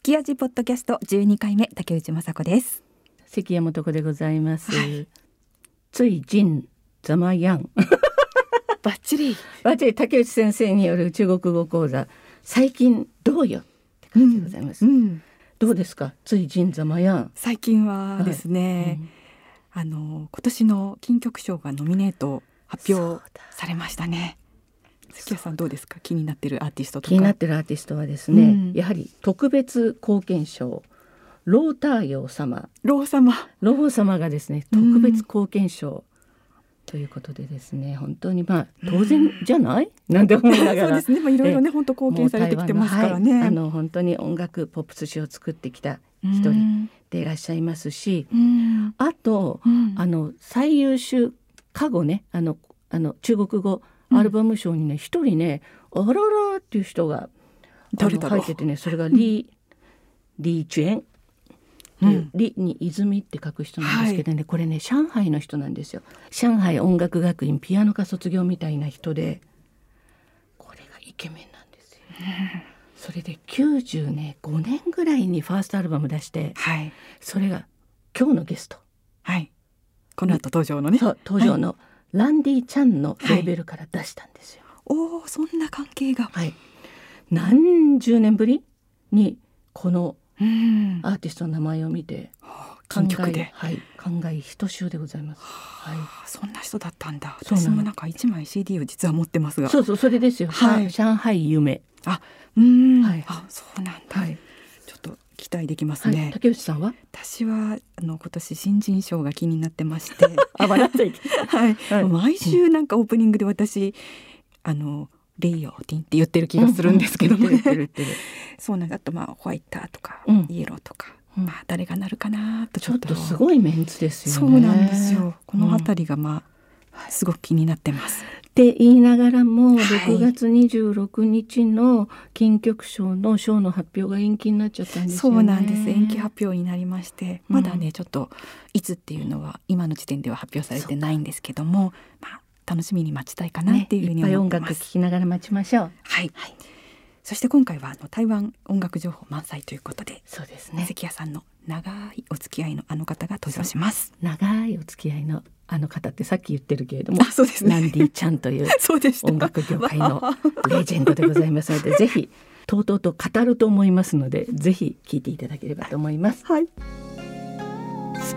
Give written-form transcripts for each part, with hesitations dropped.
き味ポッドキャスト12回目、竹内雅子です。 関山とこでございます、ついじんざまやんバッチリ竹内先生による中国語講座、最近どうよって感じでございます、どうですか、ついじんざまやん。 最近はですね、今年の金曲賞がノミネート発表されましたね。関谷さんどうですか、気になってるアーティストとか。 気になってるアーティストはですね、やはり特別貢献賞、ローターヨー様ロー様がですね、特別貢献賞ということでですね、本当に当然じゃない、なんて思いながらそうですね、いろいろね本当貢献されてきてますからね、 本当に音楽ポップス史を作ってきた一人でいらっしゃいますし、あと、最優秀歌語ね、中国語アルバム賞にね、一人ね、あららっていう人が入っててね、それがリーチュエンっていう、リに泉って書く人なんですけどね、これね上海の人なんですよ。上海音楽学院ピアノ科卒業みたいな人で、これがイケメンなんですよ、それで95年ぐらいにファーストアルバム出して、それが今日のゲスト、 この後登場のね、 登場の、ランディちゃんのレーベルから出したんですよ、 そんな関係が、 何十年ぶりにこのアーティストの名前を見て、 金曲で、 感慨ひとしおでございます、 そんな人だったんだ。私もなんか1枚 CD を実は持ってますが、 それですよ、上海夢、 そうなんだ、ちょっと期待できますね、 竹内さんは。 私は今年新人賞が気になってまして笑っちゃいけない、 毎週なんかオープニングで私レイヨーティンって言ってる気がするんですけども、そうなんだ。あとホワイターとか、イエローとか、誰がなるかなとちょっとすごいメンツですよね。 そうなんですよ。このあたりがすごく気になってますって言いながらも、6月26日の金曲賞の賞の発表が延期になっちゃったんですよね。 そうなんです。延期発表になりまして、まだねちょっといつっていうのは今の時点では発表されてないんですけども、楽しみに待ちたいかなっていうふうに思ってます。 いっぱい音楽聴きながら待ちましょう。 そして今回は台湾音楽情報満載ということで、 そうですね、 関谷さんの長いお付き合いのあの方が登場します。 長いお付き合いのあの方ってさっき言ってるけれども、 そうですね、 ランディちゃんという音楽業界のレジェンドでございますのでぜひとうとうと語ると思いますので、ぜひ聞いていただければと思います。 ス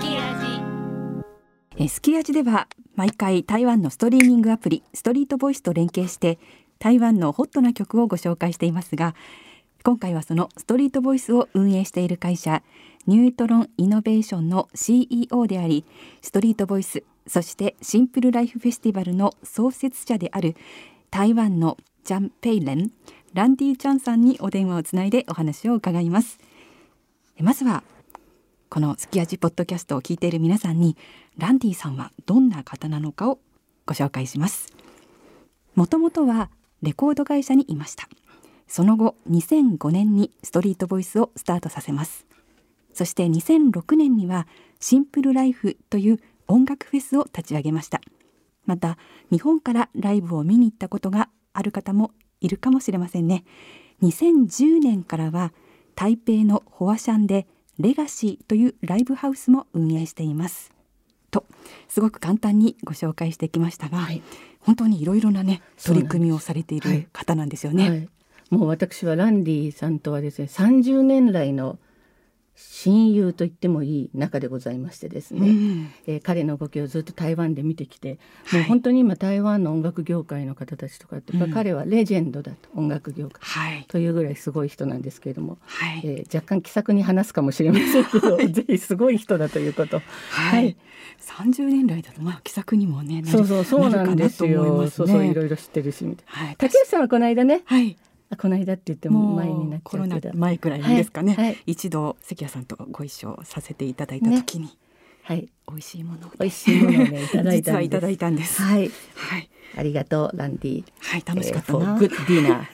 キヤジでは毎回台湾のストリーミングアプリストリートボイスと連携して台湾のホットな曲をご紹介していますが、今回はそのストリートボイスを運営している会社ニュートロンイノベーションの CEO であり、ストリートボイスそしてシンプルライフフェスティバルの創設者である台湾のジャン・ペイレンランディ・チャンさんにお電話をつないでお話を伺います。まずはこのスキヤジポッドキャストを聞いている皆さんにランディさんはどんな方なのかをご紹介します。もともとはレコード会社にいました。その後2005年にストリートボイスをスタートさせます。そして2006年にはシンプルライフという音楽フェスを立ち上げました。また日本からライブを見に行ったことがある方もいるかもしれませんね。2010年からは台北のホアシャンでレガシーというライブハウスも運営していますと、すごく簡単にご紹介してきましたが、本当にいろいろな取り組みをされている方なんですよね。 もう私はランディさんとはですね、30年来の親友と言ってもいい仲でございましてですね、彼の動きをずっと台湾で見てきて、もう本当に今台湾の音楽業界の方たちとかって、彼はレジェンドだと、音楽業界、というぐらいすごい人なんですけれども、若干気さくに話すかもしれませんけどぜひすごい人だということ、 30年来だと気さくにもねそうなんですよ。いろいろ知ってるしみたいな。竹内さんはこの間ね、この間って言っても前になっちゃうけど、 コロナ前くらいですかね、一度関谷さんとご一緒させていただいた時に、美味しいものをね実はいただいたんです。 ありがとうランディ、 楽しかったな。 グッドディナ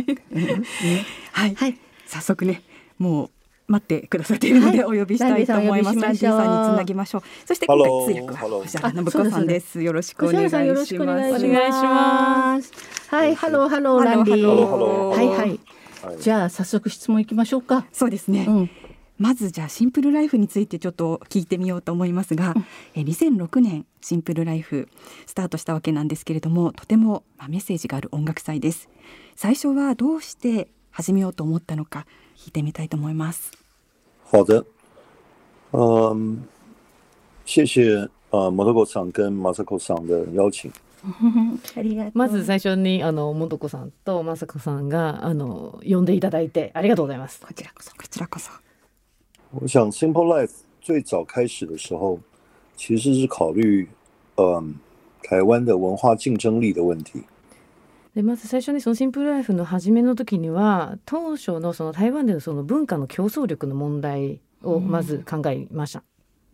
ー早速ね、もう待ってくださっているのでお呼びしたいと思います。ランディさんにつなぎましょう。そして今回通訳は星原信子さんです。よろしくお願いします。 お願いします。ハローランディ。 じゃあ早速質問いきましょうか。 そうですね、まずじゃあシンプルライフについてちょっと聞いてみようと思いますが、2006年シンプルライフスタートしたわけなんですけれども、とてもメッセージがある音楽祭です。最初はどうして始めようと思ったのか聞いてみたいと思います。 好的，谢谢モトコさん跟マサコさん的邀請。 ありがとう。 まず最初にモトコさんとマサコさんが呼んでいただいてありがとうございます。 こちらこそこちらこそ。 我想 Simple Life 最早开始的时候，其实是考虑台湾的文化竞争力的问題。 でまず最初にそのシンプルライフの初めの時には、当初のその台湾でのその文化の競争力の問題をまず考えました。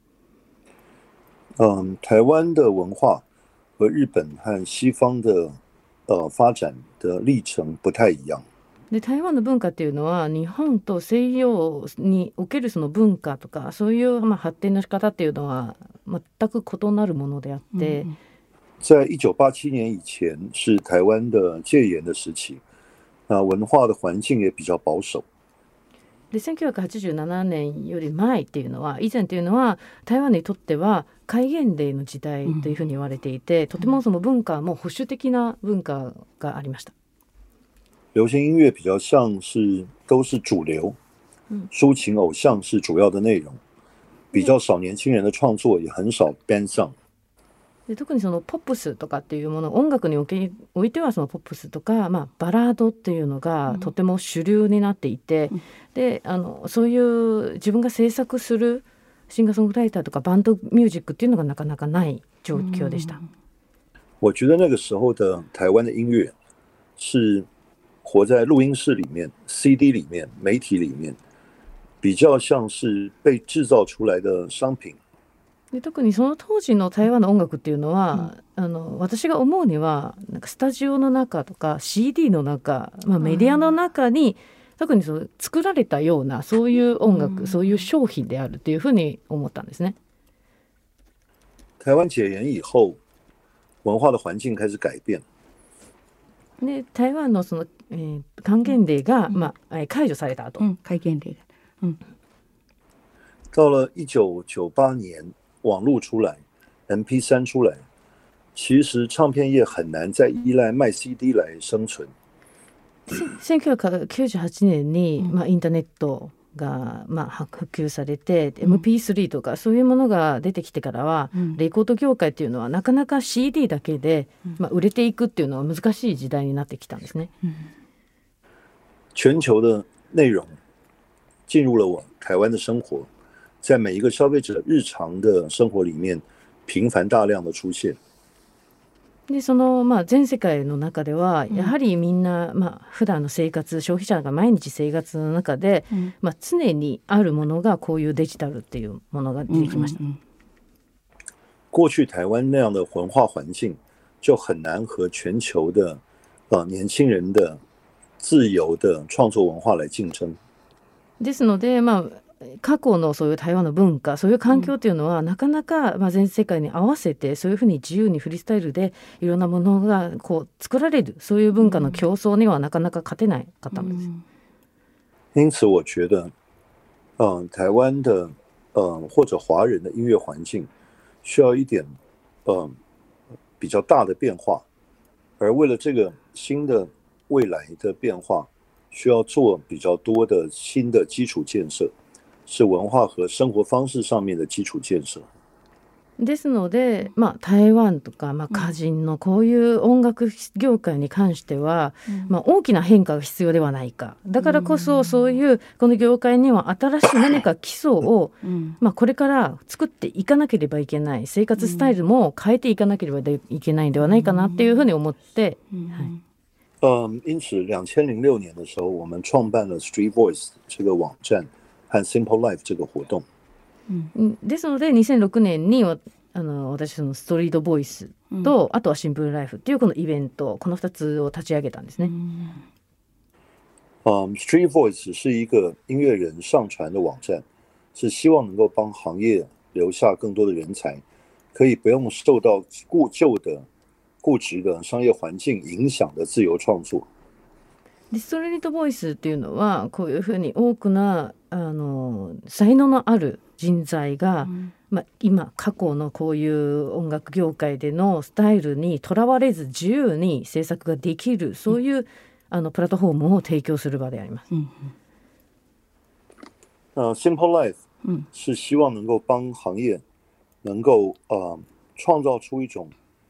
台湾的文化和日本和西方的发展的历程不太一样。 で台湾の文化っていうのは日本と西洋におけるその文化とかそういう発展の仕方っていうのは全く異なるものであって、 在1987年以前是台湾的戒严的时期，文化的环境也比较保守。 で1987年より前っていうのは以前っていうのは台湾にとっては戒厳令の時代というふうに言われていて、とてもその文化も保守的な文化がありました。 流行音乐比较像是都是主流，抒情偶像是主要的内容，比较少年轻人的创作，也很少 band song。 で特にそのポップスとかっていうもの、音楽においてはそのポップスとか、バラードっていうのがとても主流になっていて、でそういう自分が制作するシンガーソングライターとかバンドミュージックっていうのがなかなかない状況でした。 我觉得那个时候的台湾的音乐是活在录音室里面、CD 里面、媒体里面，比较像是被制造出来的商品。 で特にその当時の台湾の音楽っていうのは、私が思うにはなんかスタジオの中とか CD の中、メディアの中に特にそう作られたようなそういう音楽、そういう商品であるっていうふうに思ったんですね。 台湾解严以後、文化的環境開始改變。 で台湾のその、戒厳令が、解除された後、 戒厳令が、 到了1998年，网络出来 ，MP3 出来，其實唱片業很難再依賴賣 CD 來生存。 1998年に、インターネットが、普及されて MP3 とかそういうものが出てきてからは、レコード業界っていうのはなかなか CD だけで、売れていくっていうのは難しい時代になってきたんですね。 全球的内容進入了我台灣的生活，在每一個消費者日常的生活裡面頻繁大量的出現。 でその全世界の中ではやはりみんな、普段の生活、消費者が毎日生活の中で、常にあるものがこういうデジタルっていうものが出てきました。 過去台灣那樣的文化環境就很難和全球的年輕人的自由的創作文化來競爭。 ですので、過去のそういう台湾の文化、そういう環境というのは、なかなか全世界に合わせてそういうふうに自由にフリースタイルでいろんなものがこう作られる、そういう文化の競争にはなかなか勝てないかったのです。 因此我覺得台灣的或者華人的音樂環境需要一點比較大的變化，而為了這個新的未來的變化，需要做比較多的新的基礎建設，是文化和生活方式上面的基礎建設。 ですので、台湾とか、歌人のこういう音楽業界に関しては、大きな変化が必要ではないか。だからこそそういうこの業界には新しい何か基礎を、これから作っていかなければいけない、生活スタイルも変えていかなければいけないんではないかなっていうふうに思って、 因此2006年的時候，我們創辦了 Street Voice 這個網站和 Simple Life 這個活動。 ですので2006年に私そのストリートボイスと、あとはシンプルライフっていうこのイベント、この2つを立ち上げたんですね。 Street Voice 是一個音樂人上傳的網站，是希望能夠幫行業留下更多的人才，可以不用受到固執的商業環境影響的自由創作。 でストリートボイスっていうのはこういうふうに多くな才能のある人材が、今過去のこういう音楽業界でのスタイルにとらわれず自由に制作ができる、そういうプラットフォームを提供する場であります。 Simple Life 是希望能够帮行业能够创造出一种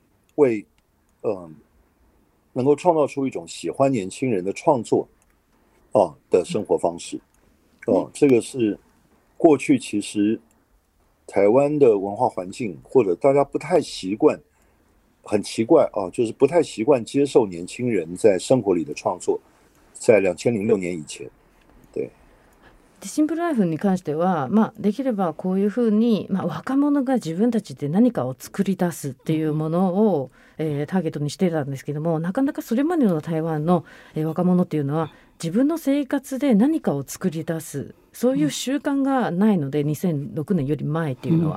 能够创造出一种喜欢年轻人的创作的生活方式。这个是过去其实台湾的文化环境或者大家不太习惯，很奇怪就是不太习惯接受年轻人在生活里的创作，在2006年以前。对。 シンプルライフに関しては、できればこういうふうに、若者が自分たちで何かを作り出すっていうものを、ターゲットにしてたんですけども、なかなかそれまでの台湾の、若者っていうのは自分の生活で何かを作り出す、そういう習慣がないので、2006年より前っていうのは、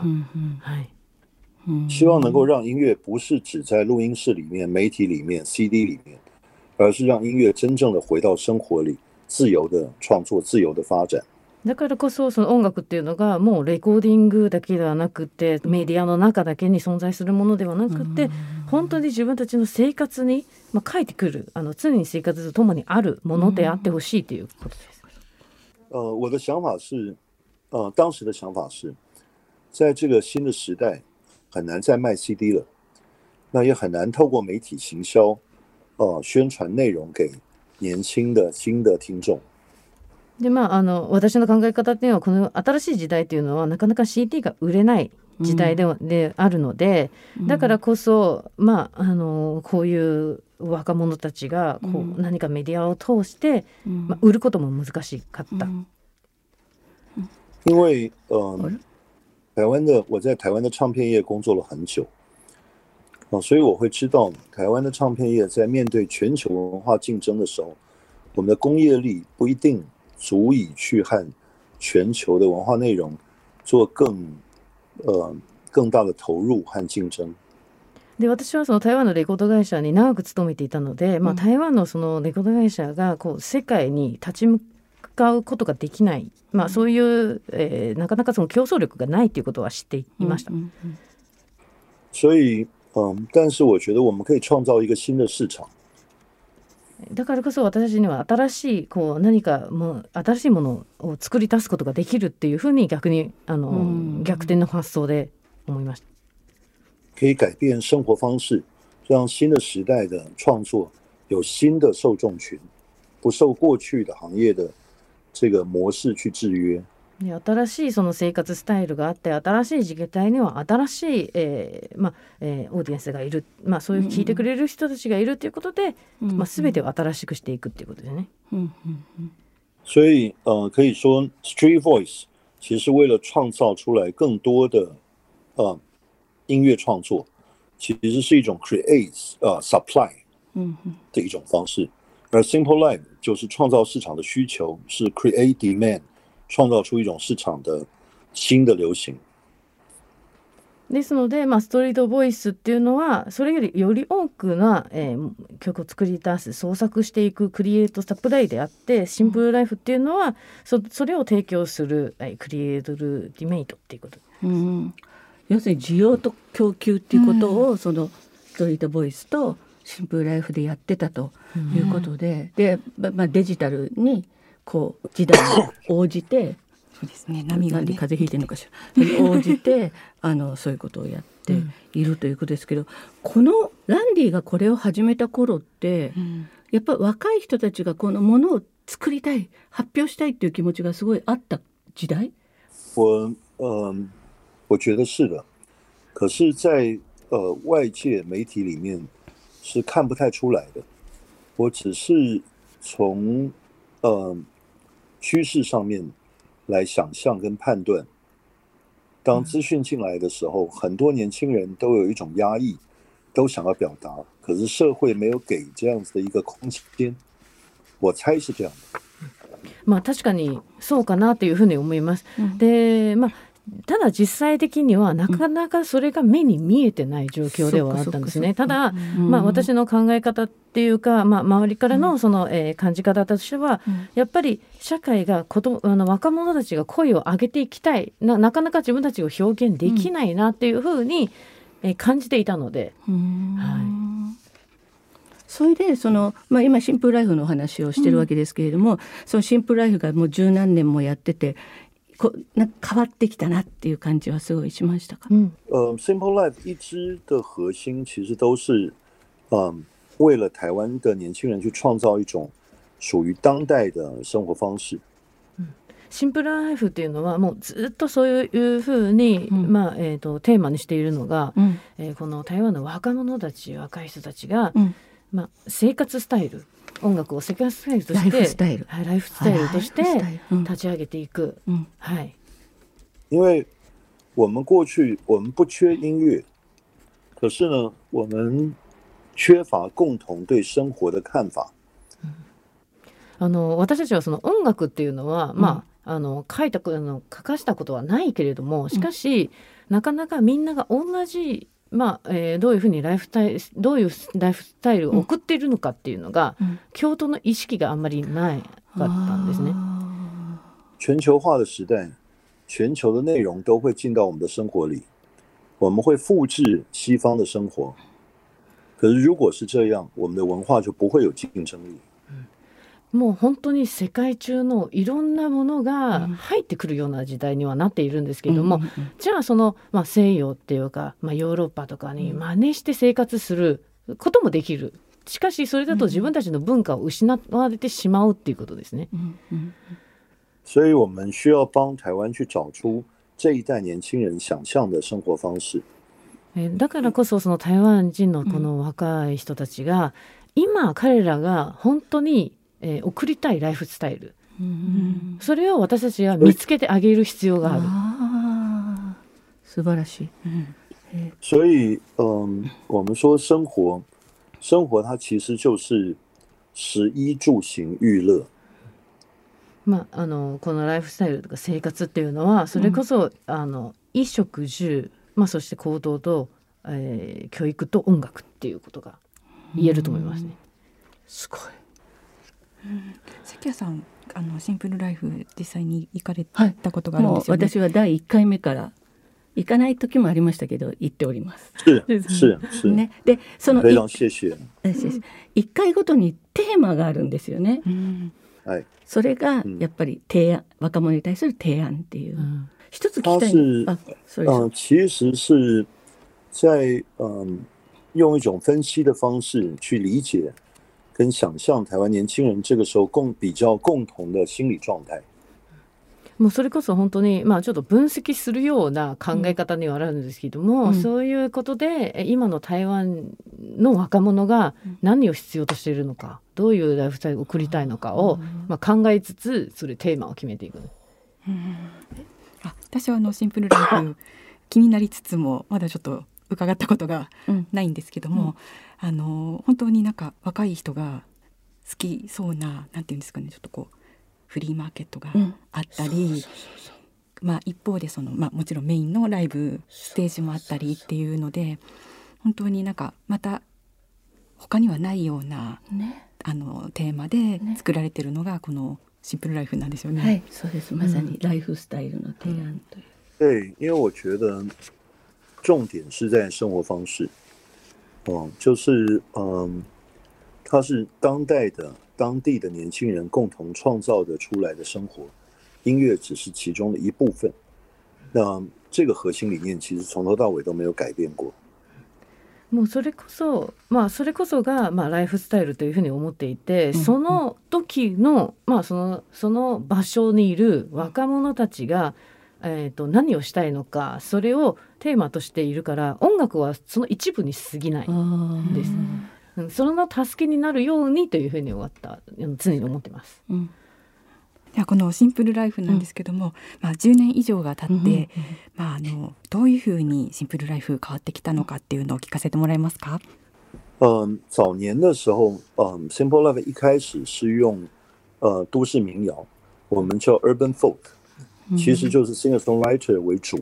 希望能够让音乐不是只在录音室里面、媒体里面、CD 里面，而是让音乐真正的回到生活里，自由的创作、自由的发展。 だからこそ、その音楽っていうのがもうレコーディングだけではなくて、メディアの中だけに存在するものではなくて、本当に自分たちの生活に、書いてくる、常に生活とともにあるものであってほしいということです。 我的想法是，当时的想法是，在这个新的时代，很难再卖 CD 了，那也很难透过媒体行销，宣传内容给年轻的新的听众。 で私の考え方っていうのは、この新しい時代っていうのはなかなか CD が売れない時代であるので、だからこそ、こういう若者たちが何かメディアを通して、売ることも難しかった。 因为我在台湾的唱片业工作了很久，所以我会知道台湾的唱片业在面对全球文化竞争的时候，我们的工业力不一定足以去和全球的文化内容做更大的投入和竞争。 で、私はその台湾のレコード会社に長く勤めていたので、台湾のそのレコード会社が世界に立ち向かうことができない、そういう、なかなかその競争力がないということは知っていました。 所以但是我觉得我们可以创造一个新的市场。 だからこそ私たちには新しい何か新しいものを作り出すことができるっていうふうに、逆に逆転の発想で思いました。 可以改变生活方式，让新的时代的创作有新的受众群，不受过去的行业的这个模式去制约。 新しいその生活スタイルがあって、新しい時代には新しい、オーディエンスがいる、そういう聞いてくれる人たちがいるということで、全てを新しくしていくっていうことですね。 所以可以说 Street Voice 其实为了创造出来更多的音乐创作，其实是一种 create supply 的一种方式，而 Simple Life 就是创造市场的需求，是 create demand， 创造出一种市场的新的流行。 ですので、ストリートボイスっていうのはそれより多くな、曲を作り出す、創作していくクリエイトサプライであって、シンプルライフっていうのはそれを提供する、クリエイトルディメイトっていうこと。 要するに需要と供給っていうことを、そのストリートボイスとシンプルライフでやってたということで、で、デジタルに時代に応じてそうですね、波がね、風邪ひいてるのかしら、に応じてそういうことをやっているということですけど、このランディがこれを始めた頃って、やっぱり若い人たちがこのものを作りたい、発表したいっていう気持ちがすごいあった時代。 我觉得是的，可是在外界媒体里面是看不太出来的。我只是从趋势上面来想象跟判断，当资讯进来的时候，很多年轻人都有一种压抑，都想要表达，可是社会没有给这样子的一个空间。我猜是这样的。 確かにそうかなというふうに思います。で、 ただ実際的にはなかなかそれが目に見えてない状況ではあったんですね。ただ、私の考え方っていうか、周りからの感じ方としては、やっぱり社会が若者たちが声を上げていきたい なかなか自分たちを表現できないなっていうふうに感じていたので、 それで今シンプルライフのお話をしてるわけですけれども、そのシンプルライフがもう十何年もやっててなんか変わってきたなっていう感じはすごいしましたか ？Simple Life 一直的核心其实都是为了台湾的年轻人去创造一种属于当代的生活方式。 シンプルライフっていうのはもうずっとそういうふうに、テーマにしているのが、この台湾の若者たち若い人たちが、生活スタイル音楽を生活スタイルとしてライフスタイルとして立ち上げていく。 因为我们过去我们不缺音乐，可是呢我们缺乏共同对生活的看法。 私たちはその音楽っていうのは、書かしたことはないけれども、しかし、なかなかみんなが同じ、どういうふうにどういうライフスタイルを送っているのかっていうのが、共同の意識があんまりないかったんですね。 全球化的时代，全球的内容都会进到我们的生活里，我们会复制西方的生活。可是如果是这样，我们的文化就不会有竞争力。 もう本当に世界中のいろんなものが入ってくるような時代にはなっているんですけれども、じゃあ西洋っていうか、ヨーロッパとかに真似して生活することもできる。しかしそれだと自分たちの文化を失われてしまうっていうことですね。 所以我们需要帮台湾去找出这一代年轻人想象的生活方式。 だからこそ台湾人のこの若い人たちが、今彼らが本当に送りたいライフスタイル、それを私たちは見つけてあげる必要がある。 素晴らしい。 所以我们说生活它其实就是食衣住行娱乐。 このライフスタイルとか生活っていうのはそれこそ、衣食住、そして行動と、教育と音楽っていうことが言えると思いますね。 すごい。 関谷さんシンプルライフ実際に行かれたことがあるんですよね。 もう私は第1回目から行かない時もありましたけど行っております。 是ね、で非常謝謝。 1回ごとにテーマがあるんですよね。それがやっぱり若者に対する提案っていう。一つ聞きたい。 其实是在用一种分析的方式去理解跟想象台湾年轻人这个时候比较共同的心理状態。 もうそれこそ本当に、ちょっと分析するような考え方にはあるんですけども、そういうことで今の台湾の若者が何を必要としているのか、どういうライフスタイルを送りたいのかを、考えつつそれテーマを決めていく。 私はシンプルライフ気になりつつもまだちょっと伺ったことがないんですけども、本当になんか若い人が好きそうな、なんていうんですかね、ちょっとフリーマーケットがあったり、一方でもちろんメインのライブステージもあったりっていうので、本当になんかまた他にはないような、テーマで作られてるのがこのシンプルライフなんですよね。 はい、そうです。まさにライフスタイルの提案という。 对，因为我觉得重点是在生活方式，就是它是当地的年轻人共同创造的出来的生活，音乐只是其中的一部分。那这个核心理念其实从頭到尾都没有改变过。 もうそれこそが、ライフスタイルというふうに思っていて、その時の、その場所にいる若者たちが、何をしたいのか、それをテーマとしているから、音楽はその一部に過ぎないです。その助けになるようにというふうに常に思ってます。 このシンプルライフなんですけども、10年以上が経って、どういうふうにシンプルライフ変わってきたのかっていうのを聞かせてもらえますか？ 早年的时候Simple Life 一开始是用都市民谣，我们叫 Urban Folk。 其实就是 singer-songwriter 为主。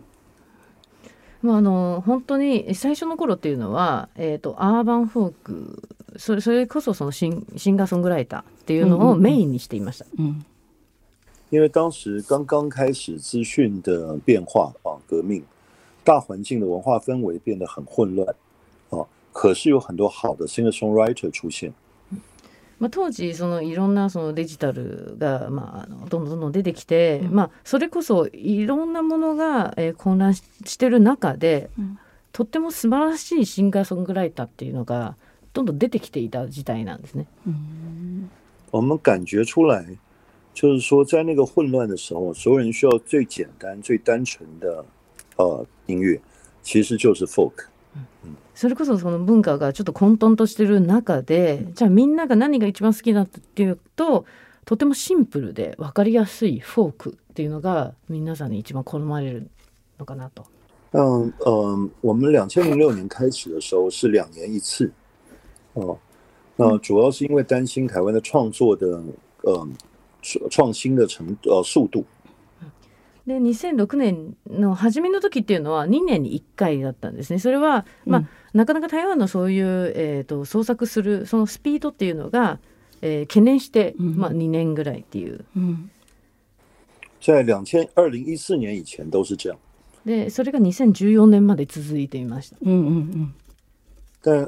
本当に最初の頃っていうのは、アーバンフォーク、それこそそのシンガーソングライターっていうのをメインにしていました。 因为当时刚刚开始资讯的变化革命，大环境的文化氛围变得很混乱可是有很多好的 singer-songwriter 出现。 当時そのいろんなそのデジタルが、どんどん出てきて、それこそいろんなものが、混乱してる中で、とっても素晴らしいシンガーソングライターっていうのがどんどん出てきていた時代なんですね。 我们感觉出来，就是说在那个混乱的时候，所有人需要最简单、最单纯的音乐，其实就是 folk。 それこそその文化がちょっと混沌としてる中で、じゃあみんなが何が一番好きだっていうと、とてもシンプルで分かりやすいフォークっていうのが皆さんに一番好まれるのかなと。 我们2006年开始的时候是2年一次那主要是因为担心台湾的创作的创新的速度。 で2006年の初めの時っていうのは2年に1回だったんですね。それは、なかなか台湾のそういう、創作するそのスピードっていうのが、懸念して、2年ぐらいっていう。 在2014年以前都是这样。 でそれが2014年まで続いていました。 但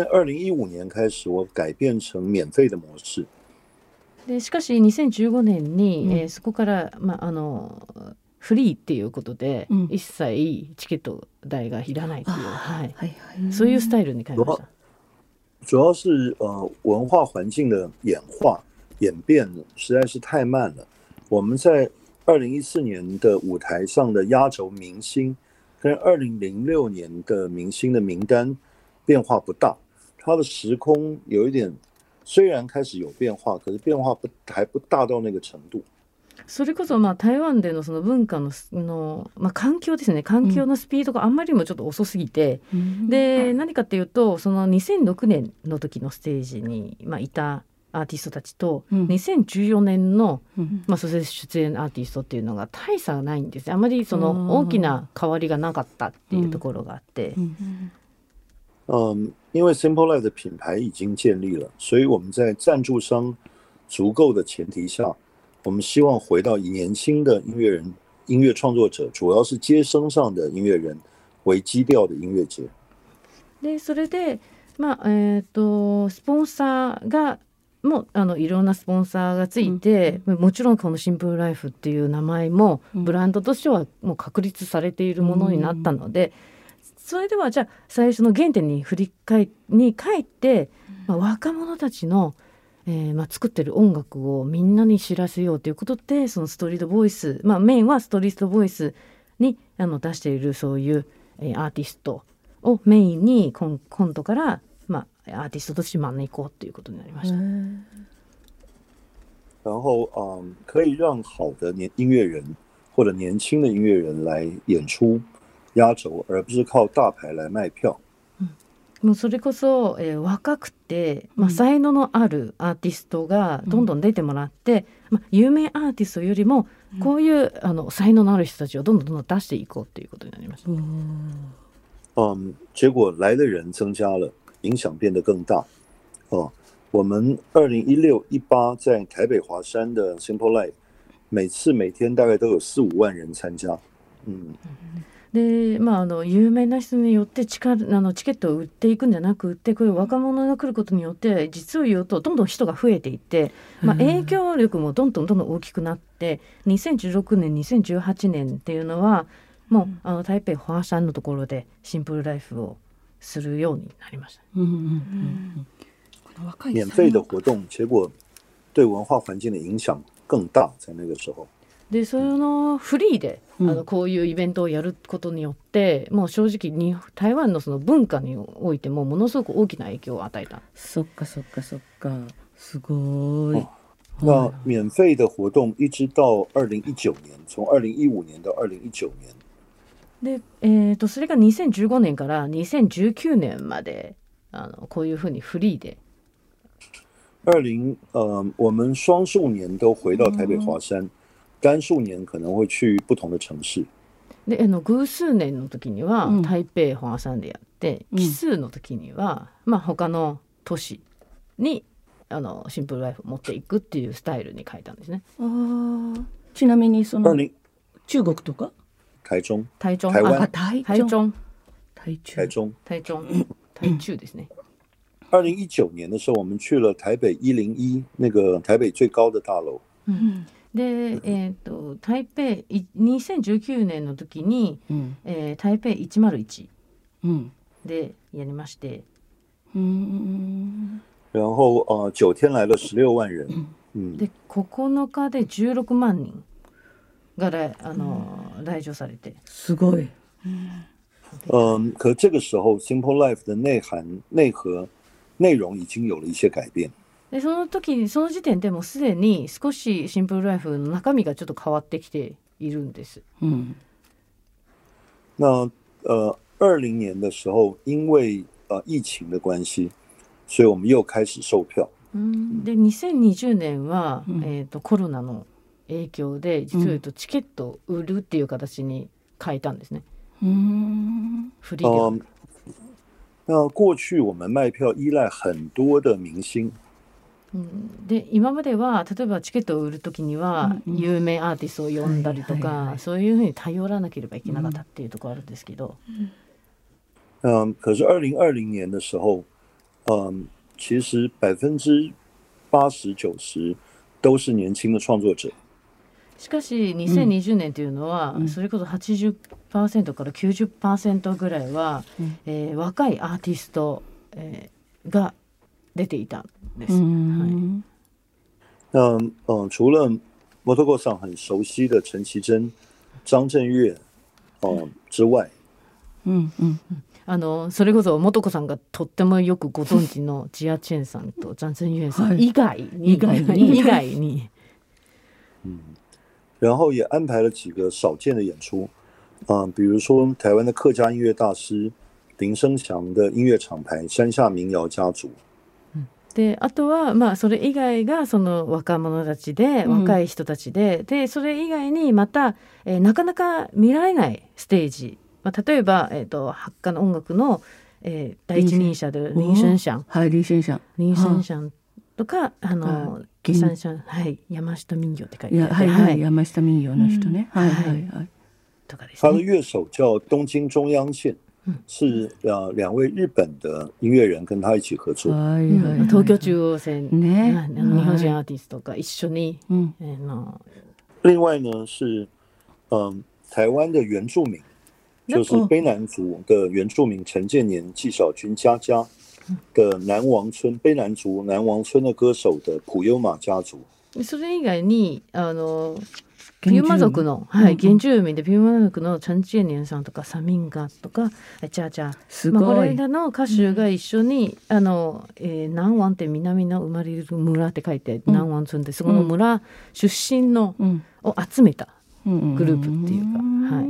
2015年开始，我改变成免费的模式。 でしかし2015年に、そこから、フリーっていうことで、一切チケット代がいらないという、そういうスタイルに変えました。 主要是文化环境的演变实在是太慢了。我们在2014年的舞台上的压轴明星，跟2006年的明星的名单变化不大，它的时空有一点。虽然開始有變化，可是變化還不大到那個程度。 それこそ台湾でのその文化の環境ですね。環境のスピードがあんまりにもちょっと遅すぎて、で何かっていうとその2006年の時のステージに、いたアーティストたちと、2014年の、それ出演アーティストっていうのが大差がないんですね。あまりその大きな変わりがなかったっていうところがあって。 因为 Simple Life 的品牌已经建立了，所以我们在赞助商足够的前提下，我们希望回到以年轻的音乐人、音乐创作者，主要是街声上的音乐人为基調的音乐节。 でそれで、スポンサーがもいろんなスポンサーがついて、もちろんこのシンプルライフっていう名前もブランドとしてはもう確立されているものになったので。それではじゃあ最初の原点に帰って、若者たちの、作ってる音楽をみんなに知らせようということで、そのストリートボイス、メインはストリートボイスに出しているそういう、アーティストをメインに今度から、アーティストとして招こうということになりました。 然後可以讓好的音樂人或者年輕的音樂人來演出壓軸，而不是靠大牌來賣票。 もうそれこそ、若くて、才能のあるアーティストがどんどん出てもらって、有名アーティストよりもこういう才能のある人たちをどんどん出していこうということになりました。 結果來的人增加了，影響變得更大。我們2016-18在台北華山的 Simple Life， 每天大概都有4-5萬人參加。 で有名な人によってチケットを売っていくんじゃなくって、こういう若者が来ることによって実を言うとどんどん人が増えていって、影響力もどんどん大きくなって、2016年2018年っていうのはもう台北華山のところでシンプルライフをするようになりました。 免費的活動結果對文化環境的影響更大，在那個時候。 でそのフリーでこういうイベントをやることによって、もう正直台湾のその文化においてもものすごく大きな影響を与えた。 そっかすごい。 那免費的活動一直到2019年，從2015年到2019年。 で、それが2015年から2019年までこういうふうにフリーで。 我們雙數年都回到台北華山。 单数年可能会去不同的城市。 で偶数年の時には台北本山でやって、奇数の時には、他の都市にシンプルライフを持っていくっていうスタイルに変えたんですね。 ちなみにその中国とか台中台中ですね。 2019年的时候，我们去了台北101那个台北最高的大楼。 で、台北2019年の時に、台北101でやりまして、 然後9天来了16万人。 で9日で16万人が来場されて、 すごい。 可这个时候 Simple Life 的内容已经有了一些改变。 でその時点でもすでに少しシンプルライフの中身がちょっと変わってきているんです。 那20年的时候，因为疫情的关系，所以我们又开始售票。 で2020年は、コロナの影響で実を言うとチケットを売るっていう形に変えたんですね。フリーで。 那过去我们卖票依赖很多的明星。 で今までは例えばチケットを売るときには有名アーティストを呼んだりとか、そういうふうに頼らなければいけなかったっていうところあるんですけど、 可是2020年的时候，其实80%-90%都是年轻的创作者。 しかし2020年というのは、それこそ 80% から 90% ぐらいは、若いアーティスト、が出ていたんです。 那除了 Motoko 上很熟悉的陈绮贞、张震岳之外， それこそ素子さんがとってもよくご存知のジアチェンさんとジャンセンユエンさん以外に然后也安排了几个少见的演出，比如说台湾的客家音乐大师林生祥的音乐厂牌山下民谣家族。 であとは、それ以外がその若者たちで、若い人たちでそれ以外にまた、なかなか見られないステージ、例えば、発火の音楽の、第一人者で林生祥とか山下民謡って書いてある、 山下民謡の人ね、 とかですね。 他的乐手叫东京中央线。是2位日本的音乐人跟他一起合作。 東京中央線ね、日本人アーティストが一緒に。 另外呢是台湾的原住民，就是卑南族的原住民陈建年、纪晓君、佳佳的南王村卑南族南王村的歌手的普悠玛家族。 それ以外にピューマ族の、原住民でピューマ族のチャンチエニエンさんとかサミンガとかチャーチャー、これらの歌手が一緒に南湾って南の生まれる村って書いて南湾村で、そこの村出身の、を集めたグループっていうか、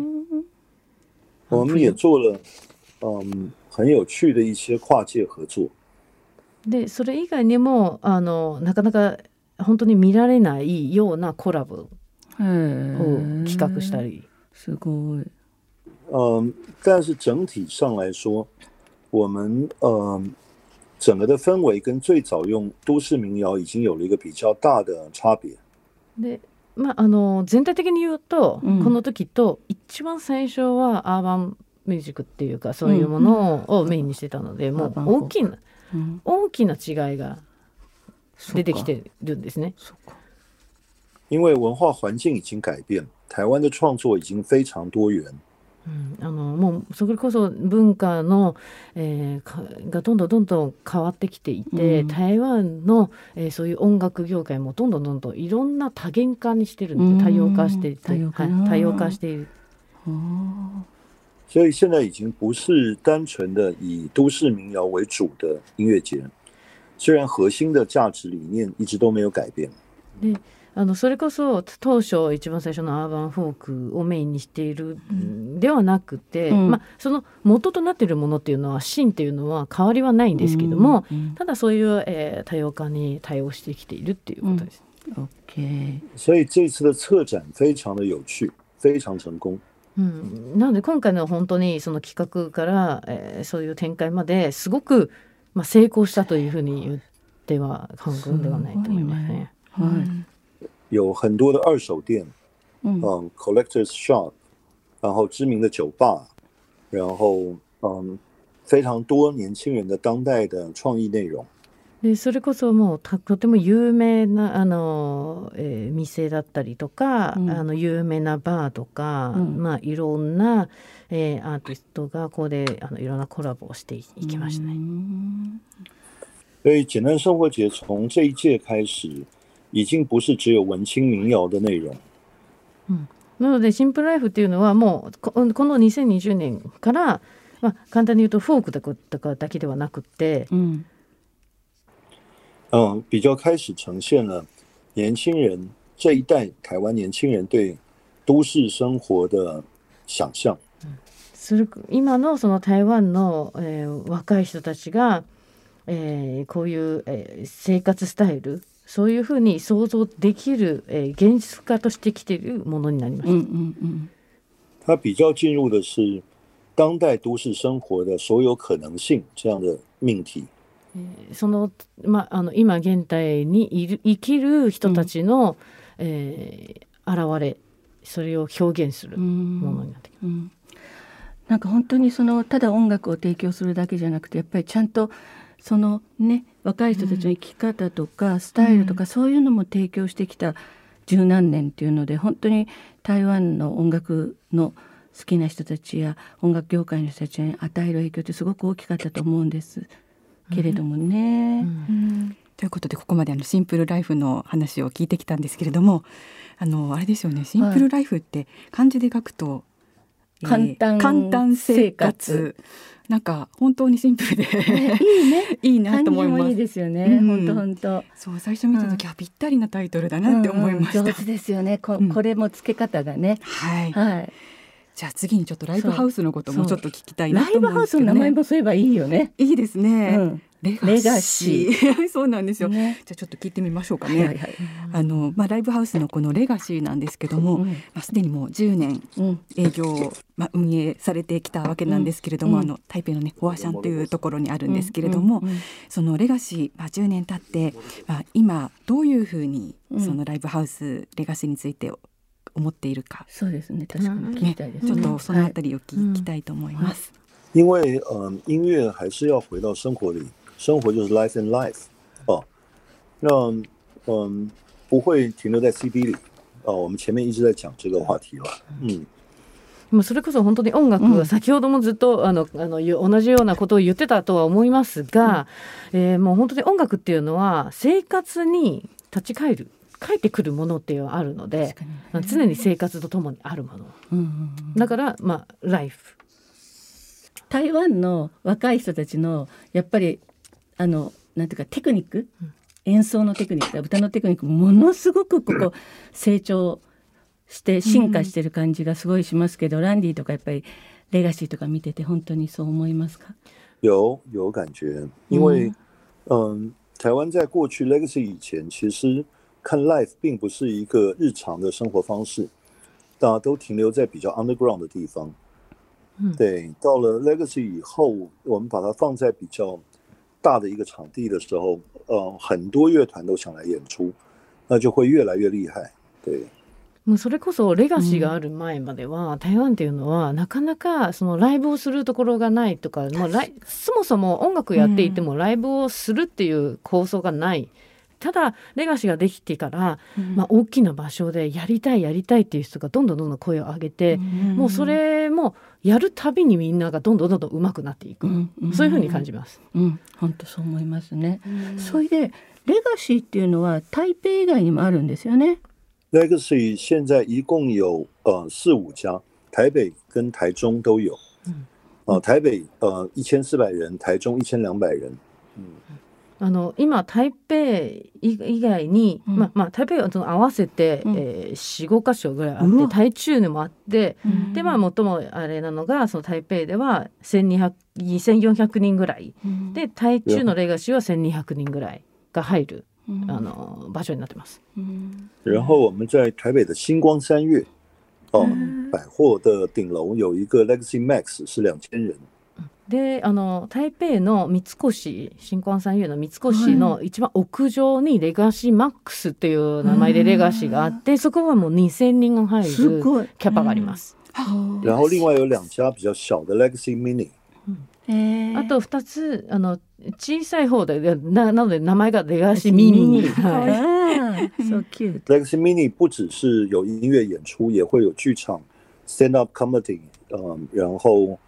我们也做了很有趣的一些跨界合作。 でそれ以外にもなかなか本当に見られないようなコラボを企画したり。 すごい。 但是整体上来说，我们整个的氛围跟最早用都市民谣已经有了一个比较大的差别。 で、全体的に言うと、この時と一番最初はアーバンミュージックっていうかそういうものをメインにしてたので、もう大きな違いが出てきてるんですね。 因为文化环境已经改变，台湾的创作已经非常多元。 もうそれこそ文化の、がどんどん変わってきていて、台湾の、そういう音楽業界もどんどんいろんな多元化にしてるんで、多様化していて、多様化している。 所以现在已经不是单纯的以都市民谣为主的音乐节，虽然核心的价值理念一直都没有改变。 でそれこそ当初一番最初のアーバンフォークをメインにしているではなくて、その元となっているものっていうのは芯っていうのは変わりはないんですけども、ただそういう、多様化に対応してきているっていうことです。 OK。 所以这次的策展非常的有趣，非常成功。 なので今回の本当にその企画から、そういう展開まですごく、成功したというふうに言っては過言ではないと思いますね。 有很多的二手店，collectors shop， 然后知名的酒吧，然后非常多年轻人的当代的创意内容。 でそれこそもうとても有名な店だったりとか、有名なバーとか、いろんな、アーティストがここでいろんなコラボをしていきましたね。 所以简单生活节从这一届开始，已经不是只有文青民谣的内容。 なのでシンプルライフっていうのはもうこの2020年から、簡単に言うとフォークとかだけではなくて、 比较开始呈现了年轻人这一代台湾年轻人对都市生活的想象。 今のその台湾の、若い人たちが、こういう、生活スタイル、そういうふうに想像できる、現実化としてきているものになりました。 它比较进入的是当代都市生活的所有可能性这样的命題。 その今現代に生きる人たちの、現れ、それを表現するものになってきます。 なんか本当にただ音楽を提供するだけじゃなくて、やっぱりちゃんとそのね、若い人たちの生き方とかスタイルとか、そういうのも提供してきた十何年っていうので、本当に台湾の音楽の好きな人たちや音楽業界の人たちに与える影響ってすごく大きかったと思うんですけれどもね。 ということでここまでシンプルライフの話を聞いてきたんですけれども、あれですよね、シンプルライフって漢字で書くと、 簡単生活、 なんか本当にシンプルで、 いいねいいなと思います。 漢字もいいですよね、本当。 そう最初見た時はぴったりなタイトルだなって思いました。 上手ですよね、これも付け方がね。 じゃあ次にちょっとライブハウスのこともちょっと聞きたいなと思うんですけどね。 ライブハウスの名前もそういえばいいよね。 いいですね、レガシーそうなんですよ、じゃあちょっと聞いてみましょうかね。ライブハウスのこのレガシーなんですけども、すでにもう10年営業を、運営されてきたわけなんですけれども、台北のねホアシャンというところにあるんですけれども、そのレガシー、10年経って、今どういうふうにそのライブハウスレガシーについて思っているか。 そうですね、確かに聞きたいですね。 ちょっとそのあたりを聞きたいと思います。 因为音乐还是要回到生活里，生活就是 life and life 那不会停留在 CD 里我们前面一直在讲这个話題了。 それこそ本当に音楽は先ほどもずっと同じようなことを言ってたとは思いますが、もう本当に音楽っていうのは生活に立ち返ってくるものっていうのはあるので、常に生活とともにあるもの、だからライフ。 台湾の若い人たちのやっぱりなんていうかテクニック、演奏のテクニック、歌のテクニックものすごくここ成長して進化してる感じがすごいしますけど、ランディとかやっぱりレガシーとか見てて本当にそう思いますか？ 有感觉，因为台湾在过去 Legacy 以前，其实看 live 并不是一个日常的生活方式，大家都停留在比较 underground 的地方。对，到了 Legacy 以后，我们把它放在比较大的一个场地的时候，很多乐团都想来演出，那就会越来越厉害。对。 もうそれこそレガシーがある前までは、台湾っていうのはなかなかそのライブをするところがないとか、そもそも音楽やっていてもライブをするっていう構想がない。ただレガシーができてから、大きな場所でやりたいっていう人がどんどん声を上げて、もうそれもやるたびにみんながどんどん上手くなっていく、そういうふうに感じます。 本当そう思いますね。それでレガシーっていうのは台北以外にもあるんですよね。 Legacy 现在一共有4-5家，台北跟台中都有。台北1400人，台中1200人。 今台北以外に、台北は合わせて、4-5カ所ぐらいあって、台中にもあって、で最もあれなのがその台北では2400人ぐらいで、台中のレガシーは1200人ぐらいが入る場所になってます。 然后我们在台北的星光三月百貨的頂樓有一個 Legacy Max 是2000人。 で台北の三越新光三月の三越の一番屋上にレガシーマックスっていう名前でレガシーがあって、そこはもう2000人が入るキャパがあります。 然後另外有2家比較小的 Legacy Mini。 あと2つ小さい方で なので名前がレガシーミニ。 So cute。 Legacy Mini 不只是有音樂演出，也會有劇場 stand up comedy，然後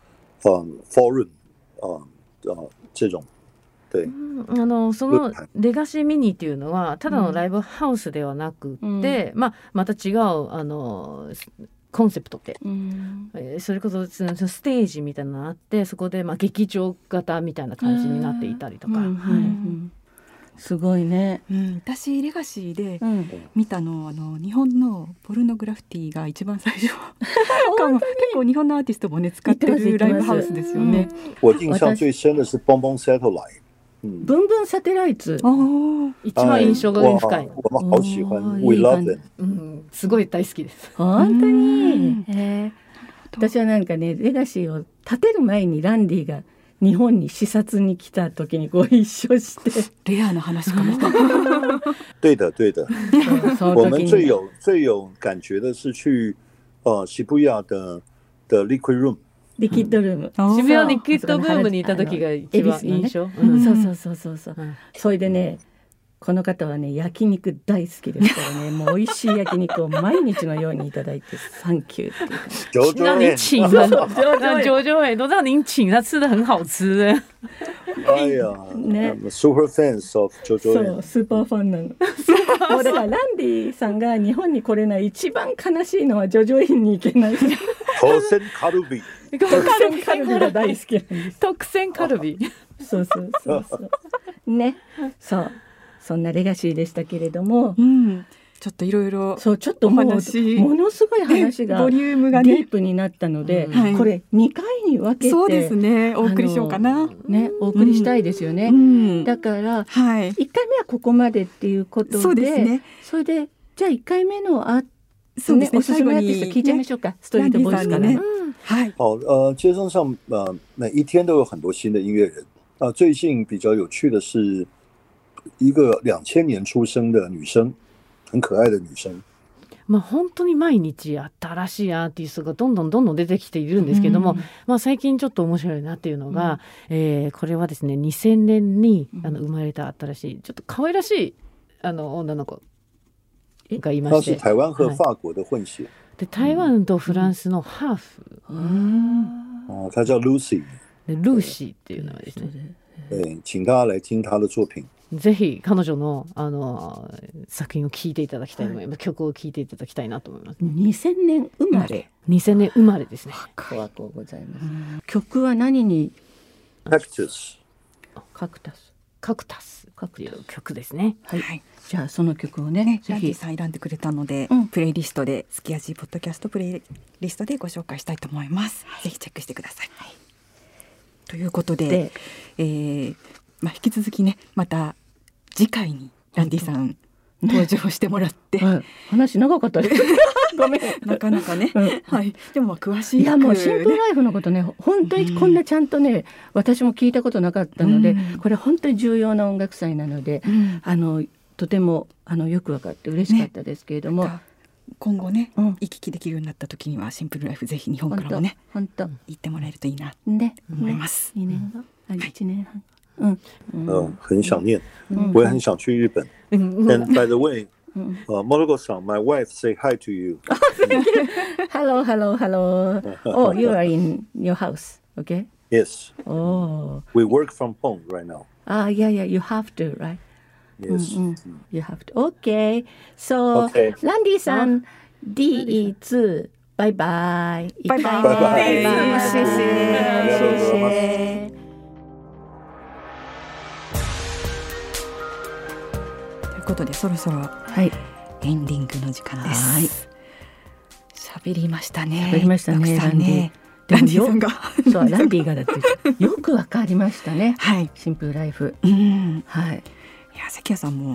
forum 這種。對。 そのレガシーミニっていうのはただのライブハウスではなくて、また違うコンセプトで、それこそステージみたいなのがあって、そこで劇場型みたいな感じになっていたりとか、 すごいね。 私レガシーで見たの日本のポルノグラフィティが一番最初結構日本のアーティストもね使ってるライブハウスですよね。 我印象最深的是 Boom Boom Satellite。 ブンブンサテライツ。 一番印象が深い。 我们好喜欢 We love them。 すごい大好きです。 本当に。私はなんかねレガシーを建てる前にランディが日本に視察に来た時にご一緒してレアな話かも。 对的对的。我们最有感觉的是去西布亚的 Liquid Room。 リキッドルーム、 渋谷リキッドブームにいた時が一番印象。 そうそれでねこの方はね焼肉大好きですからねもう美味しい焼肉を毎日のようにいただいてサンキューっていう感じ。 那你请了九九都让您请他吃的很好吃。 哎呀ね super fans of 九九そうスーパーファンなの。もうだからランディさんが日本に来れない一番悲しいのはジョジョ園に行けない。 特選カルビ。 特選カルビが大好きなんです。 特選カルビ。 そうね。そんなレガシーでしたけれども、 ちょっといろいろちょっとものすごい話がボリュームがディープになったので、これ2回に分けてそうですねお送りしようかな。 お送りしたいですよね。だから1回目はここまでっていうことで、それでじゃあ1回目のそうですね、 おすすめアーティスト聞いちゃいましょうか。ストリートボイスからね。 街上上每一天都有很多新的音乐人。最近比较有趣的是一个2000年出生的女生，很可愛的女生。 本当に毎日新しいアーティストがどんどん出てきているんですけども、最近ちょっと面白いなっていうのが、これはですね2000年に生まれた新しいちょっと可愛らしい女の子がいまして、 台湾和法国的混血。 で台湾とフランスのハーフ。 她叫 Lucy。 ルーシーっていうのはですね。 請大家来聽她的作品。 ぜひ彼女の作品を聴いていただきたいと思います。曲を聴いていただきたいなと思います。 2000年生まれ。 2000年生まれですね。 ありがとうございます。曲は何に？ カクタス。 カクタスっていう曲ですね。 はい。 じゃあその曲をね、 ぜひ選んでくれたので、プレイリストでスキヤジーポッドキャストプレイリストでご紹介したいと思います。ぜひチェックしてください。ということで、引き続きねまた次回にランディさん登場してもらって、 話長かったです。ごめんなかなかね、でも詳しい。 いやもうシンプルライフのことね本当にこんなちゃんとね、私も聞いたことなかったので、これ本当に重要な音楽祭なので、とてもよく分かって嬉しかったですけれども、 今後ね行き来できるようになった時にはシンプルライフぜひ日本からもね本当行ってもらえるといいなと思います。 2年後1年半。 很想念，我也很想去日本。And by the way, Moriko-san, my wife say hi to you. Hello. Oh, you are in your house, okay? Yes. Oh. We work from home right now. Yeah, you have to, right? Yes. You have to. Okay. So, Randy さん、第2、バイバイ。 バイバイ。 谢谢。 ということでそろそろエンディングの時間です。喋りましたね。 ランディさんがそうランディがだってよくわかりましたね。シンプルライフ。いや関谷さんも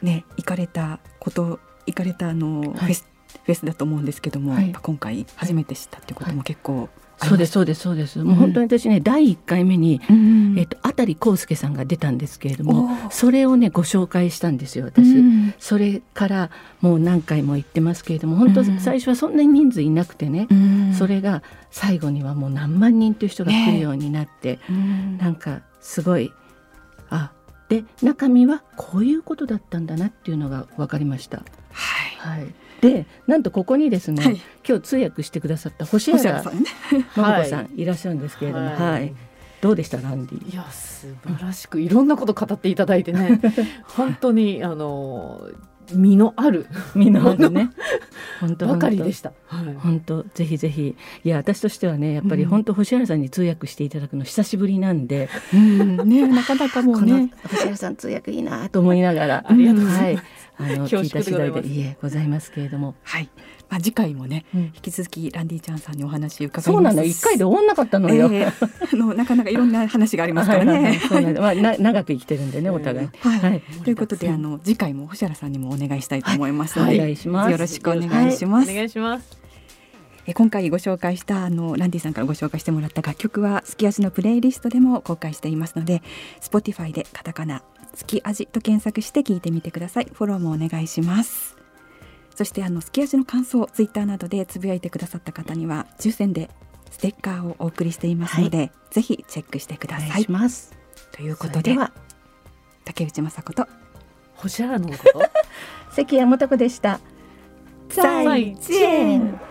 ね行かれたフェスだと思うんですけども、やっぱ今回初めて知ったっていうことも結構ありました。 そうですもう本当に私ね、第1回目に、辺康介さんが出たんですけれども、それをねご紹介したんですよ私、それからもう何回も言ってますけれども、本当最初はそんなに人数いなくてね、それが最後にはもう何万人という人が来るようになって、なんかすごいで中身はこういうことだったんだなっていうのが分かりました。でなんとここにですね、今日通訳してくださった星原信子さんいらっしゃるんですけれども、どうでしたランディ？ いや素晴らしくいろんなこと語っていただいてね本当に身のあるね本当ばかりでした。 本当ぜひぜひ、いや私としてはねやっぱり本当星原さんに通訳していただくの久しぶりなんで、なかなかもうね星原さん通訳いいなと思いながら、 ありがとうございます。 聞いた次第でございますけれども、 次回もね、引き続きランディちゃんさんにお話伺います。 そうなの、1回で終わんなかったのよ、 なかなかいろんな話がありますからね。 長く生きてるんでねお互い、 ということで次回も星原さんにもお願いしたいと思いますのおで、 願いします。 よろしくお願いします。 お願いします。 今回ご紹介したランディさんからご紹介してもらった楽曲はすき味のプレイリストでも公開していますので、 Spotify でカタカナすき味と検索して聞いてみてください。フォローもお願いします。そしてすき味の感想、ツイッターなどでつぶやいてくださった方には抽選でステッカーをお送りしていますので、ぜひチェックしてください。 お願いします。 ということで竹内雅子と星原のこと関谷素子でした。 再见。